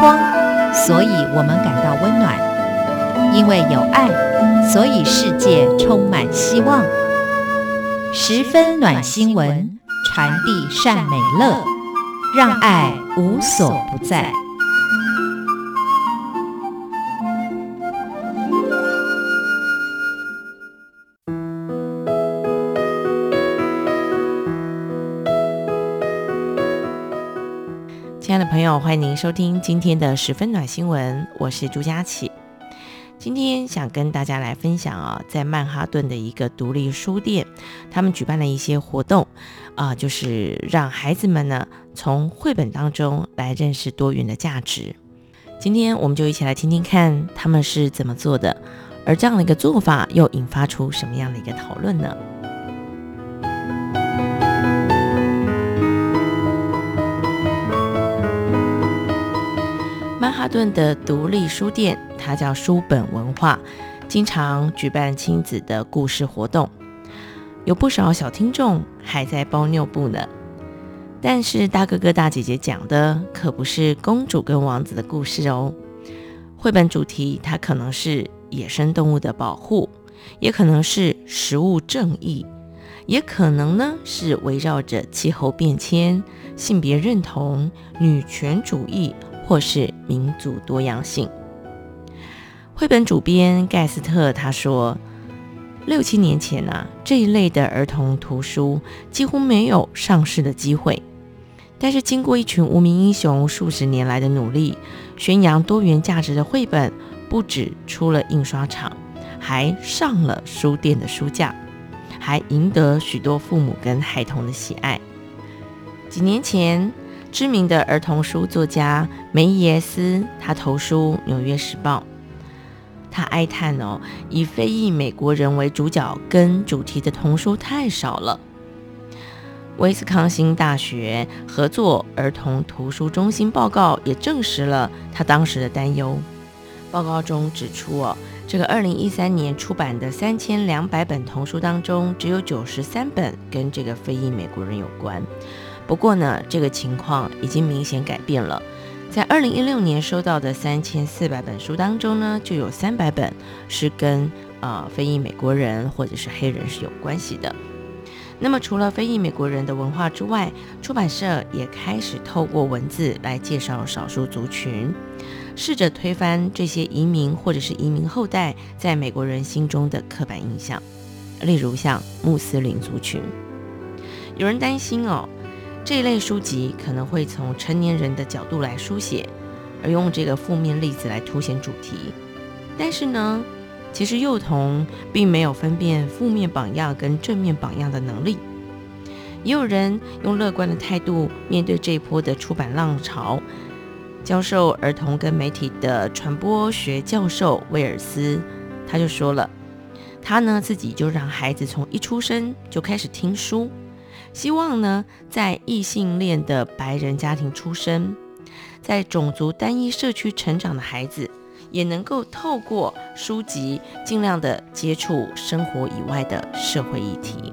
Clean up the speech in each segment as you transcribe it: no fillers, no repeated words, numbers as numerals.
光，所以我们感到温暖；因为有爱，所以世界充满希望。十分暖新闻，传递善美乐，让爱无所不在。 亲爱的朋友，欢迎您收听今天的十分暖新闻，我是朱佳琪。今天想跟大家来分享在曼哈顿的一个独立书店，他们举办了一些活动就是让孩子们呢从绘本当中来认识多元的价值。今天我们就一起来听听看他们是怎么做的，而这样的一个做法又引发出什么样的一个讨论呢？曼哈顿的独立书店，它叫书本文化，经常举办亲子的故事活动，有不少小听众还在包尿布呢。但是大哥哥大姐姐讲的可不是公主跟王子的故事哦。绘本主题它可能是野生动物的保护，也可能是食物正义，也可能呢是围绕着气候变迁、性别认同、女权主义或是民族多样性。绘本主编盖斯特他说，6-7年前这一类的儿童图书几乎没有上市的机会，但是经过一群无名英雄数十年来的努力，宣扬多元价值的绘本不只出了印刷厂，还上了书店的书架，还赢得许多父母跟孩童的喜爱。几年前，知名的儿童书作家梅耶斯他投书《纽约时报》，他哀叹以非裔美国人为主角跟主题的童书太少了。威斯康星大学合作儿童图书中心报告也证实了他当时的担忧。报告中指出这个2013年出版的3200本童书当中，只有93本跟这个非裔美国人有关。不过呢，这个情况已经明显改变了。在2016年收到的3400本书当中呢，就有300本是跟非裔美国人或者是黑人是有关系的。那么除了非裔美国人的文化之外，出版社也开始透过文字来介绍少数族群，试着推翻这些移民或者是移民后代在美国人心中的刻板印象，例如像穆斯林族群。有人担心这一类书籍可能会从成年人的角度来书写，而用这个负面例子来凸显主题。但是呢，其实幼童并没有分辨负面榜样跟正面榜样的能力。也有人用乐观的态度面对这一波的出版浪潮。教授儿童跟媒体的传播学教授威尔斯，他就说了，他呢自己就让孩子从一出生就开始听书，希望呢在异性恋的白人家庭出生，在种族单一社区成长的孩子也能够透过书籍尽量的接触生活以外的社会议题。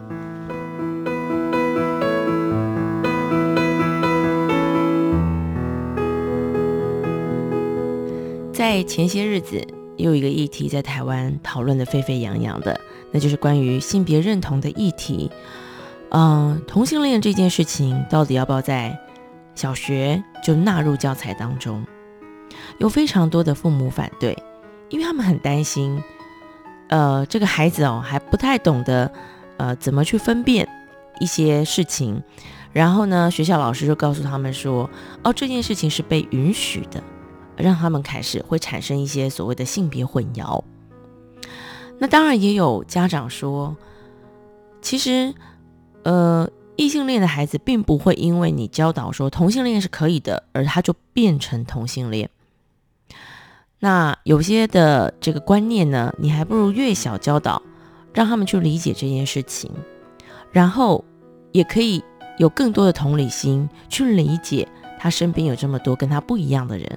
在前些日子也有一个议题在台湾讨论的沸沸扬扬的，那就是关于性别认同的议题。同性恋这件事情到底要不要在小学就纳入教材当中？有非常多的父母反对，因为他们很担心这个孩子还不太懂得怎么去分辨一些事情，然后呢学校老师就告诉他们说这件事情是被允许的，让他们开始会产生一些所谓的性别混淆。那当然也有家长说，其实异性恋的孩子并不会因为你教导说同性恋是可以的，而他就变成同性恋。那有些的这个观念呢，你还不如越小教导，让他们去理解这件事情，然后也可以有更多的同理心去理解他身边有这么多跟他不一样的人。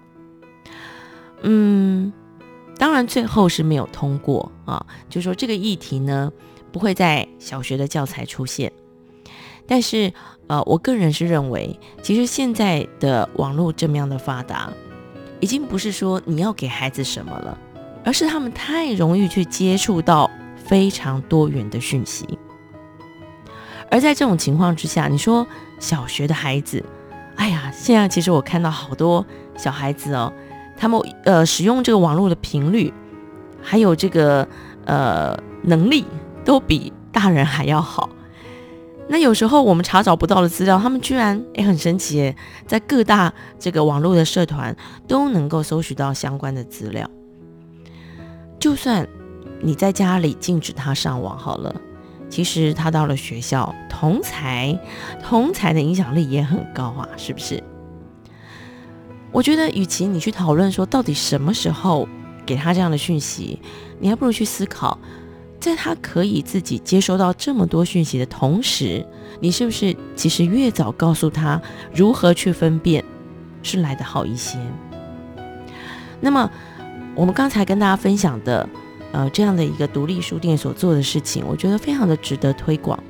当然最后是没有通过就是说这个议题呢不会在小学的教材出现。但是我个人是认为，其实现在的网络这么样的发达， 已经不是说你要给孩子什么了，而是他们太容易去接触到非常多元的讯息。而在这种情况之下，你说小学的孩子，现在其实我看到好多小孩子哦，他们使用这个网络的频率，还有这个能力，都比大人还要好。那有时候我们查找不到的资料，他们居然很神奇耶，在各大这个网络的社团都能够搜寻到相关的资料。就算你在家里禁止他上网好了，其实他到了学校，同侪的影响力也很高啊，是不是？我觉得与其你去讨论说到底什么时候给他这样的讯息，你还不如去思考，在他可以自己接收到这么多讯息的同时，你是不是其实越早告诉他如何去分辨，是来得好一些。那么我们刚才跟大家分享的这样的一个独立书店所做的事情，我觉得非常的值得推广。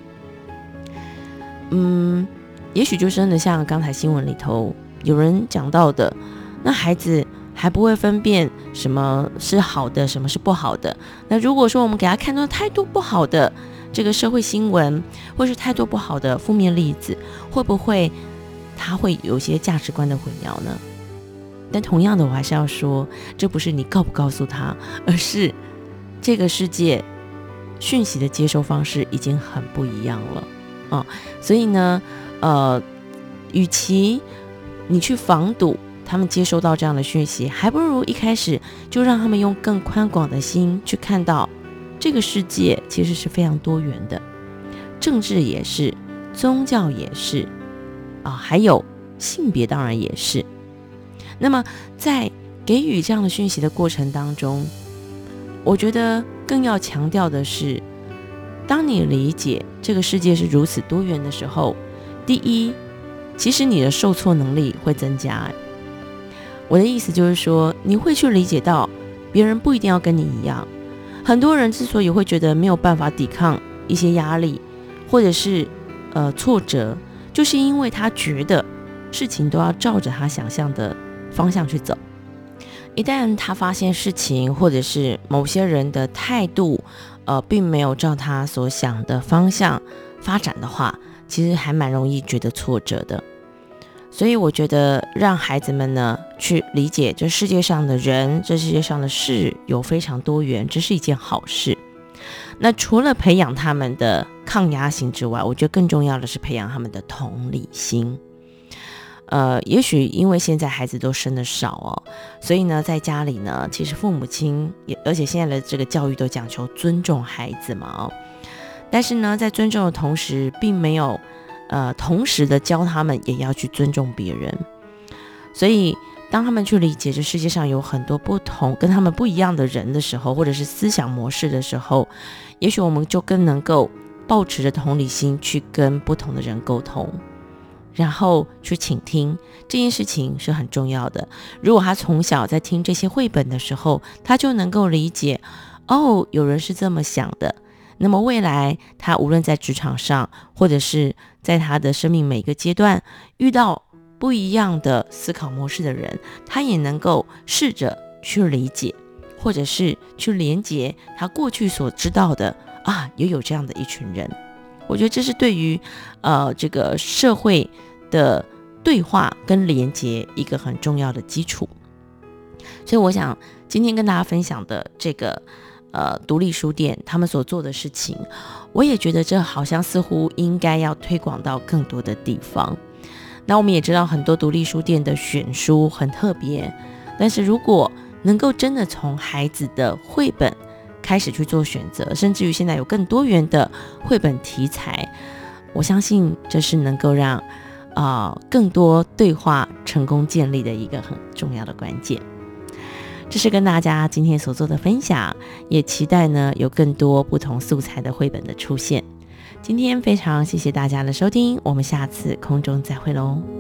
也许就真的像刚才新闻里头有人讲到的，那孩子还不会分辨什么是好的，什么是不好的。那如果说我们给他看到太多不好的这个社会新闻，或是太多不好的负面例子，会不会他会有一些价值观的混淆呢？但同样的，我还是要说，这不是你告不告诉他，而是这个世界讯息的接收方式已经很不一样了所以呢与其你去防堵他们接收到这样的讯息，还不如一开始就让他们用更宽广的心去看到这个世界其实是非常多元的，政治也是，宗教也是还有性别当然也是。那么在给予这样的讯息的过程当中，我觉得更要强调的是，当你理解这个世界是如此多元的时候，第一，其实你的受挫能力会增加。我的意思就是说，你会去理解到别人不一定要跟你一样。很多人之所以会觉得没有办法抵抗一些压力或者是挫折，就是因为他觉得事情都要照着他想象的方向去走。一旦他发现事情或者是某些人的态度并没有照他所想的方向发展的话，其实还蛮容易觉得挫折的。所以我觉得让孩子们呢去理解这世界上的人，这世界上的事有非常多元，这是一件好事。那除了培养他们的抗压性之外，我觉得更重要的是培养他们的同理心。也许因为现在孩子都生得少所以呢在家里呢，其实父母亲而且现在的这个教育都讲求尊重孩子嘛但是呢在尊重的同时，并没有同时的教他们也要去尊重别人。所以当他们去理解这世界上有很多不同跟他们不一样的人的时候，或者是思想模式的时候，也许我们就更能够抱持着同理心去跟不同的人沟通，然后去倾听，这件事情是很重要的。如果他从小在听这些绘本的时候，他就能够理解有人是这么想的，那么未来他无论在职场上，或者是在他的生命每个阶段遇到不一样的思考模式的人，他也能够试着去理解，或者是去连结他过去所知道的也有这样的一群人。我觉得这是对于这个社会的对话跟连结一个很重要的基础。所以我想今天跟大家分享的这个独立书店他们所做的事情，我也觉得这好像似乎应该要推广到更多的地方。那我们也知道很多独立书店的选书很特别，但是如果能够真的从孩子的绘本开始去做选择，甚至于现在有更多元的绘本题材，我相信这是能够让更多对话成功建立的一个很重要的关键。这是跟大家今天所做的分享，也期待呢有更多不同素材的绘本的出现。今天非常谢谢大家的收听，我们下次空中再会喽。